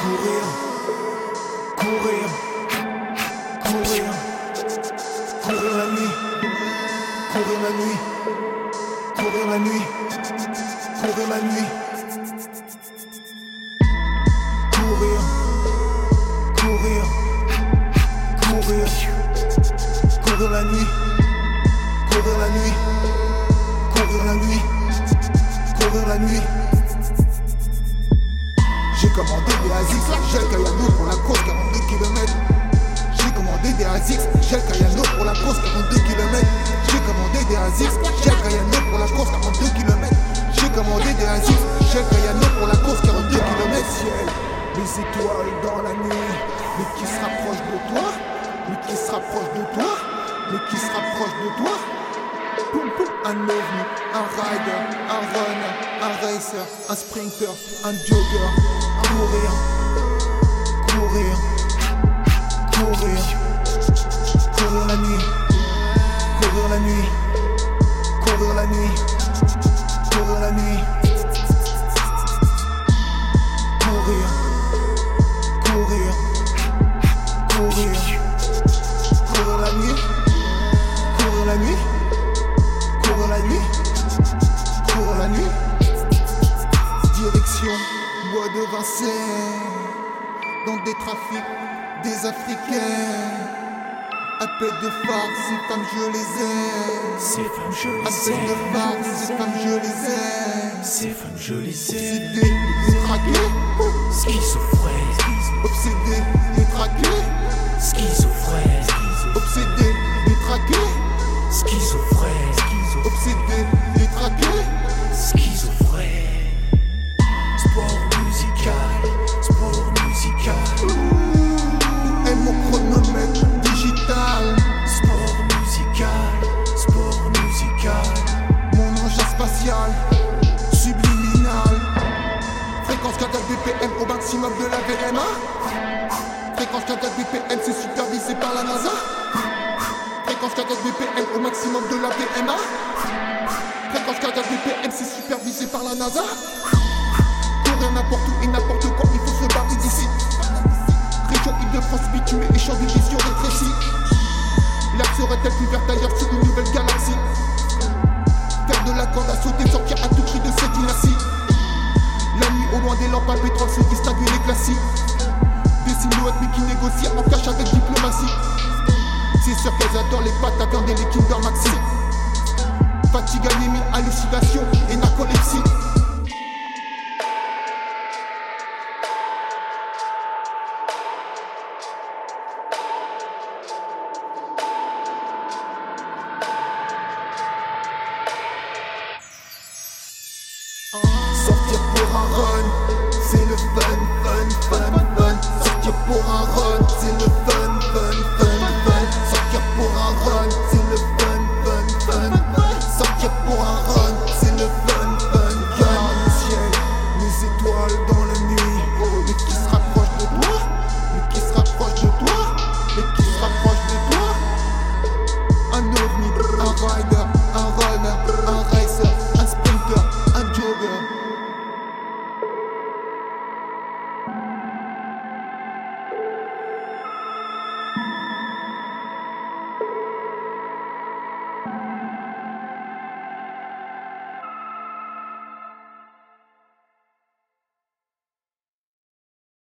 Courir, courir, courir, courir la nuit, courir la nuit, courir la nuit, courir la nuit. Courir, courir, courir, courir la nuit, courir la nuit, courir la nuit, courir la nuit. J'ai commandé des ASICS, j'ai le Cayano pour la course 42 km. J'ai commandé des ASICS, j'ai le Cayano pour la course 42 km. J'ai commandé des ASICS, j'ai le Cayano pour la course 42 km. J'ai commandé des ASICS, j'ai le Cayano pour la course 42 km. Ciel, les étoiles dans la nuit, mais qui se rapproche de toi, mais qui se rapproche de toi, mais qui se rapproche de toi. Poum poum, un ovni, un rider, un runner, un racer, un sprinter, un jogger. Courir, courir, courir, courir la nuit, courir la nuit, courir la nuit, courir la nuit. Courir, courir, courir, courir la nuit, courir la nuit, courir la nuit, courir la nuit. Direction Bois de Vincennes, dans des trafics des Africains. Appel de phare, ces femmes je les aime. Ces femmes je les aime. Appel de phare, ces femmes je les aime. Ces femmes je les aime. Obsédés, détraqués, schizophrènes. Obsédés, détraqués, schizophrènes. Obsédés, détraqués, schizophrènes. Obsédés, détraqués, schizophrènes. Sport musical. Et mon chronomètre digital. Sport musical. Mon engin spatial, subliminal. Fréquence 44 BPM au maximum de la VMA. Fréquence 44 BPM, c'est supervisé par la NASA. Fréquence 44 BPM au maximum de la VMA. Fréquence 44 BPM, c'est supervisé par la NASA. Courir n'importe où et n'importe quand, il faut se barrer d'ici. Région Île-de-France, bitume et champ de vision rétrécis. L'air serait-elle plus verte ailleurs sur une nouvelle galaxie? Faire de la corde à sauter, sortir à tout cri de cette dynastie. La nuit au loin des lampes à pétrole se distinguent les classiques. Des silhouettes mais qui négocient en cache avec diplomatie. C'est sûr qu'elles adorent les pâtes à viande et les Kinder Maxi. Fatigue, anémie, hallucination et narcolepsie. Sortir pour un run, c'est le fun. Sortir pour un run, c'est le fun. Sortir pour un run, c'est le fun. Sortir pour un run, c'est le fun. Gagne le ciel, les étoiles dans la nuit. Mais qui se rapproche de toi, mais qui se rapproche de toi, mais qui se rapproche de toi. Un ovni, un rider, un runner, un racer, un sprinter, un jogger.